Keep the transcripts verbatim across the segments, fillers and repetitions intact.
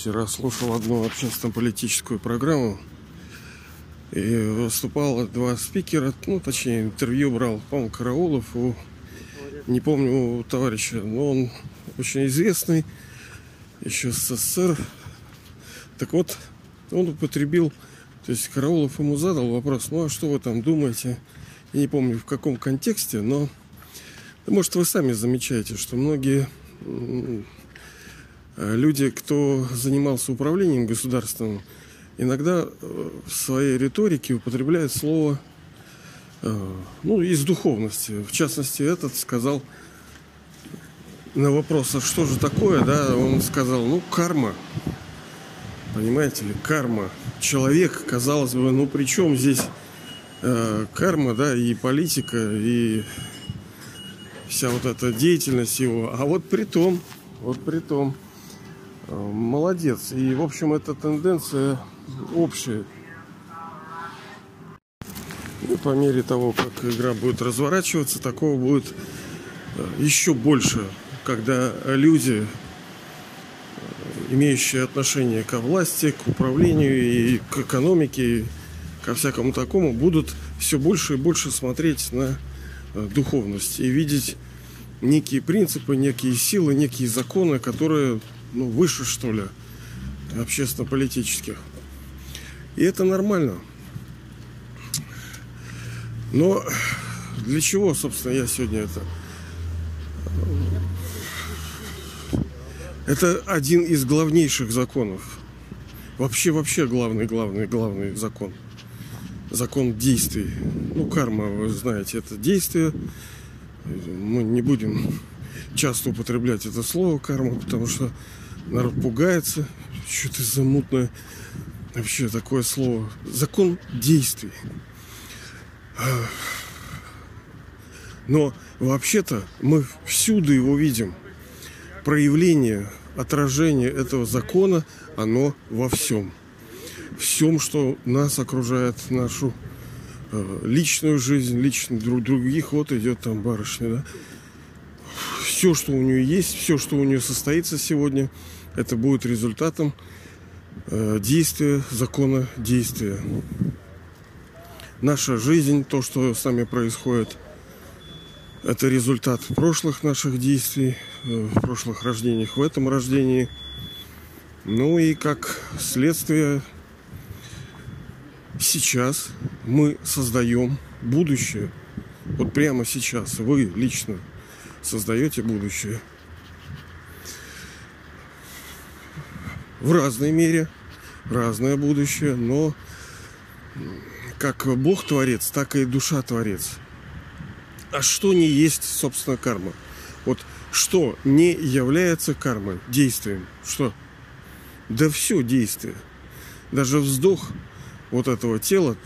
Вчера слушал одну общественно-политическую программу, и выступало два спикера, ну, точнее, интервью брал, по-моему, Караулов, у, не помню, у товарища, но он очень известный, еще с СССР. Так вот, он употребил, то есть Караулов ему задал вопрос: ну, а что вы там думаете? Я не помню, в каком контексте, но, может, вы сами замечаете, что многие люди, кто занимался управлением государством, иногда в своей риторике употребляют слово, ну, из духовности. В частности, этот сказал на вопрос: а что же такое, да, он сказал: ну, карма. Понимаете ли, карма. Человек, казалось бы, ну, при чем здесь э, карма, да, и политика, и вся вот эта деятельность его. А вот при том, вот при том, э, молодец. И, в общем, эта тенденция общая. И по мере того, как игра будет разворачиваться, такого будет э, еще больше, когда люди, имеющие отношение к власти, к управлению и к экономике, и ко всякому такому, будут все больше и больше смотреть на духовность и видеть некие принципы, некие силы, некие законы, которые, ну, выше, что ли, общественно-политических. И это нормально. Но для чего, собственно, я сегодня это... Это один из главнейших законов. Вообще, вообще главный, главный, главный закон. Закон действий. Ну, карма, вы знаете, это действие. Мы не будем часто употреблять это слово карма, потому что народ пугается. Что-то замутное вообще такое слово. Закон действий. Но вообще-то мы всюду его видим. Проявление, отражение этого закона, оно во всем. Всем, что нас окружает, нашу э, личную жизнь, личную друг других. Вот идет там барышня, да. Все, что у нее есть, все, что у нее состоится сегодня, это будет результатом э, действия, закона действия. Наша жизнь, то, что с нами происходит, это результат прошлых наших действий, в прошлых рождениях, в этом рождении. Ну и как следствие, сейчас мы создаем будущее. Вот прямо сейчас вы лично создаете будущее. В разной мере, разное будущее, но как Бог творец, так и душа творец. А что не есть, собственно, карма? Вот что не является кармой, действием? Что? Да все действие. Даже вздох вот этого тела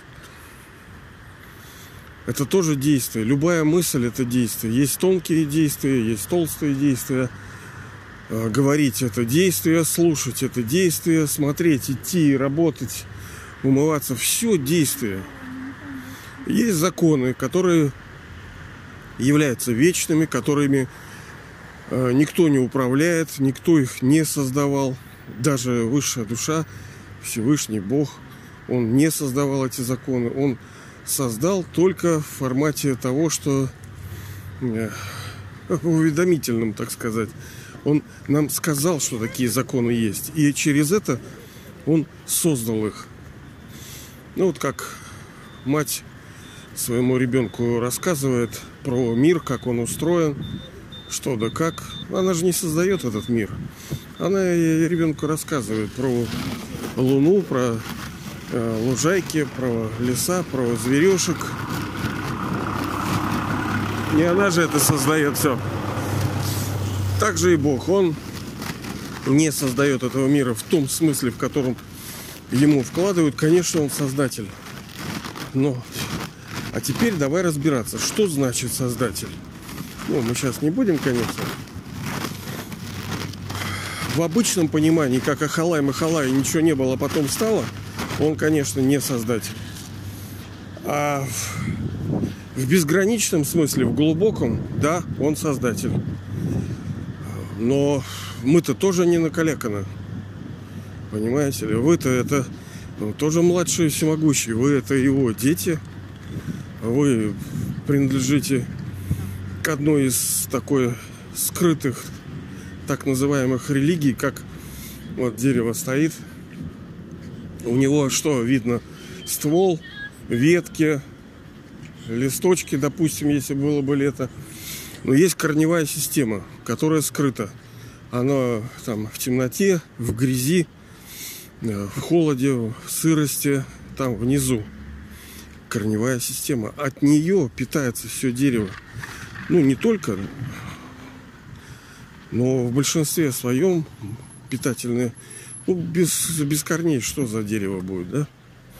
— это тоже действие. Любая мысль — это действие. Есть тонкие действия, есть толстые действия. Говорить — это действие, слушать — это действие, смотреть, идти, работать, умываться — все действие. Есть законы, которые являются вечными, которыми э, никто не управляет, никто их не создавал. Даже высшая душа, Всевышний Бог, он не создавал эти законы. Он создал только в формате того, что э, уведомительным, так сказать. Он нам сказал, что такие законы есть. И через это он создал их. Ну вот как мать своему ребенку рассказывает про мир, как он устроен, что да как. Она же не создает этот мир. Она ребенку рассказывает про Луну, про э, лужайки, про леса, про зверешек. Не она же это создает все. Так же и Бог. Он не создает этого мира в том смысле, в котором ему вкладывают. Конечно, он создатель. Но... А теперь давай разбираться, что значит создатель. Ну, мы сейчас не будем, конечно. В обычном понимании, как Ахалай-Махалай, ничего не было, а потом стало, он, конечно, не создатель. А в безграничном смысле, в глубоком, да, он создатель. Но мы-то тоже не накаляканы. Понимаете ли? Вы-то это ну, тоже младший и всемогущий. Вы это его дети. Вы принадлежите к одной из такой скрытых так называемых религий, как вот дерево стоит. У него что видно? Ствол, ветки, листочки, допустим, если было бы лето. Но есть корневая система, которая скрыта. Она там в темноте, в грязи, в холоде, в сырости, там внизу. Корневая система. От нее питается все дерево. Ну, не только, но в большинстве своем питательное. Ну, без, без корней что за дерево будет, да?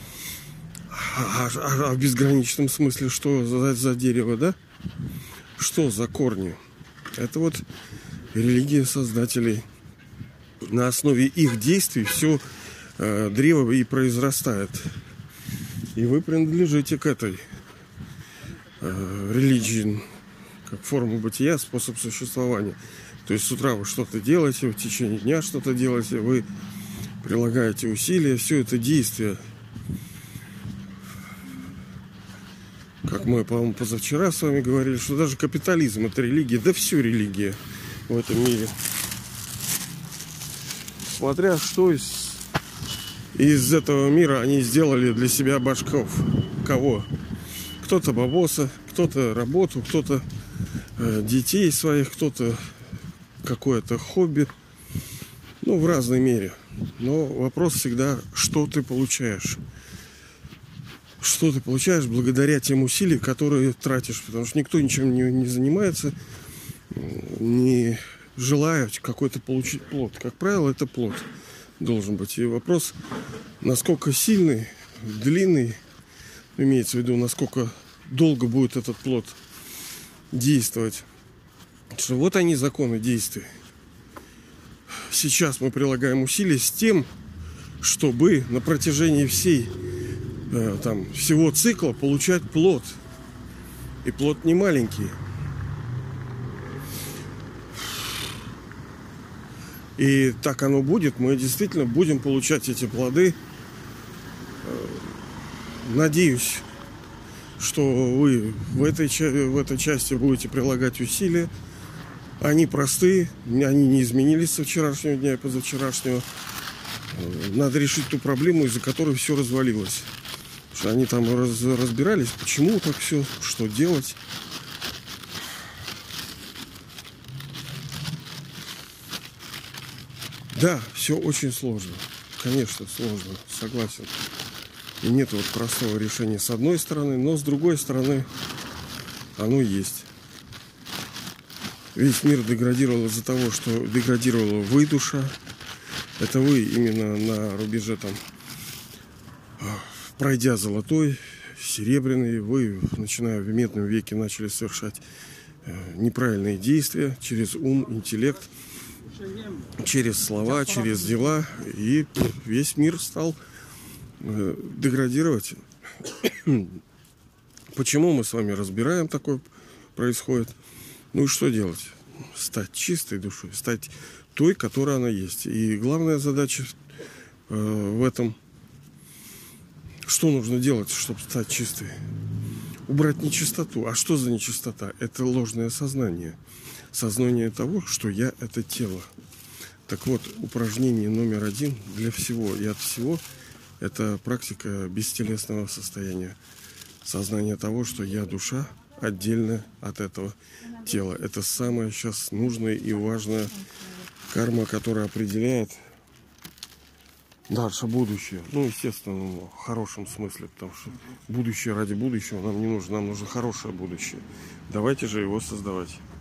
А, а, а в безграничном смысле что за, за дерево, да? Что за корни? Это вот религия создателей. На основе их действий все э, древо и произрастает. И вы принадлежите к этой э, религии, как форма бытия, способ существования. То есть с утра вы что-то делаете, в течение дня что-то делаете, вы прилагаете усилия, все это действие. Как мы, по-моему, позавчера с вами говорили, что даже капитализм — это религия, да все религия в этом мире. Смотря что из, из этого мира они сделали для себя башков. Кого? Кто-то бабоса, кто-то работу, кто-то э, детей своих, кто-то какое-то хобби. Ну, в разной мере. Но вопрос всегда, что ты получаешь. Что ты получаешь благодаря тем усилиям, которые тратишь. Потому что никто ничем не, не занимается, не желая какой-то получить плод. Как правило, это плод должен быть. И вопрос, насколько сильный, длинный, имеется в виду, насколько долго будет этот плод действовать. Что вот они, законы действия. Сейчас мы прилагаем усилия с тем, чтобы на протяжении всей э, там, всего цикла получать плод. И плод не маленький. И так оно будет. Мы действительно будем получать эти плоды. Надеюсь, что вы в этой, в этой части будете прилагать усилия. Они простые, они не изменились со вчерашнего дня и позавчерашнего. Надо решить ту проблему, из-за которой все развалилось. Потому что они там раз, разбирались, почему так все, что делать. Да, все очень сложно. Конечно, сложно, согласен. И нет вот простого решения с одной стороны, но с другой стороны оно есть. Весь мир деградировал из-за того, что деградировала вы, душа. Это вы именно на рубеже там, пройдя золотой, серебряный, вы, начиная в медном веке, начали совершать неправильные действия через ум, интеллект, через слова, через дела. И весь мир стал деградировать. Почему мы с вами разбираем, такое происходит? Ну и что делать? Стать чистой душой, стать той, которая она есть. И главная задача э, в этом, что нужно делать, чтобы стать чистой? Убрать нечистоту. А что за нечистота? Это ложное сознание. Сознание того, что я — это тело. Так вот, упражнение номер один для всего и от всего — это практика бестелесного состояния. Сознание того, что я душа, отдельно от этого тела. Это самая сейчас нужная и важная карма, которая определяет дальше будущее. Ну, естественно, в хорошем смысле, потому что будущее ради будущего нам не нужно. Нам нужно хорошее будущее. Давайте же его создавать.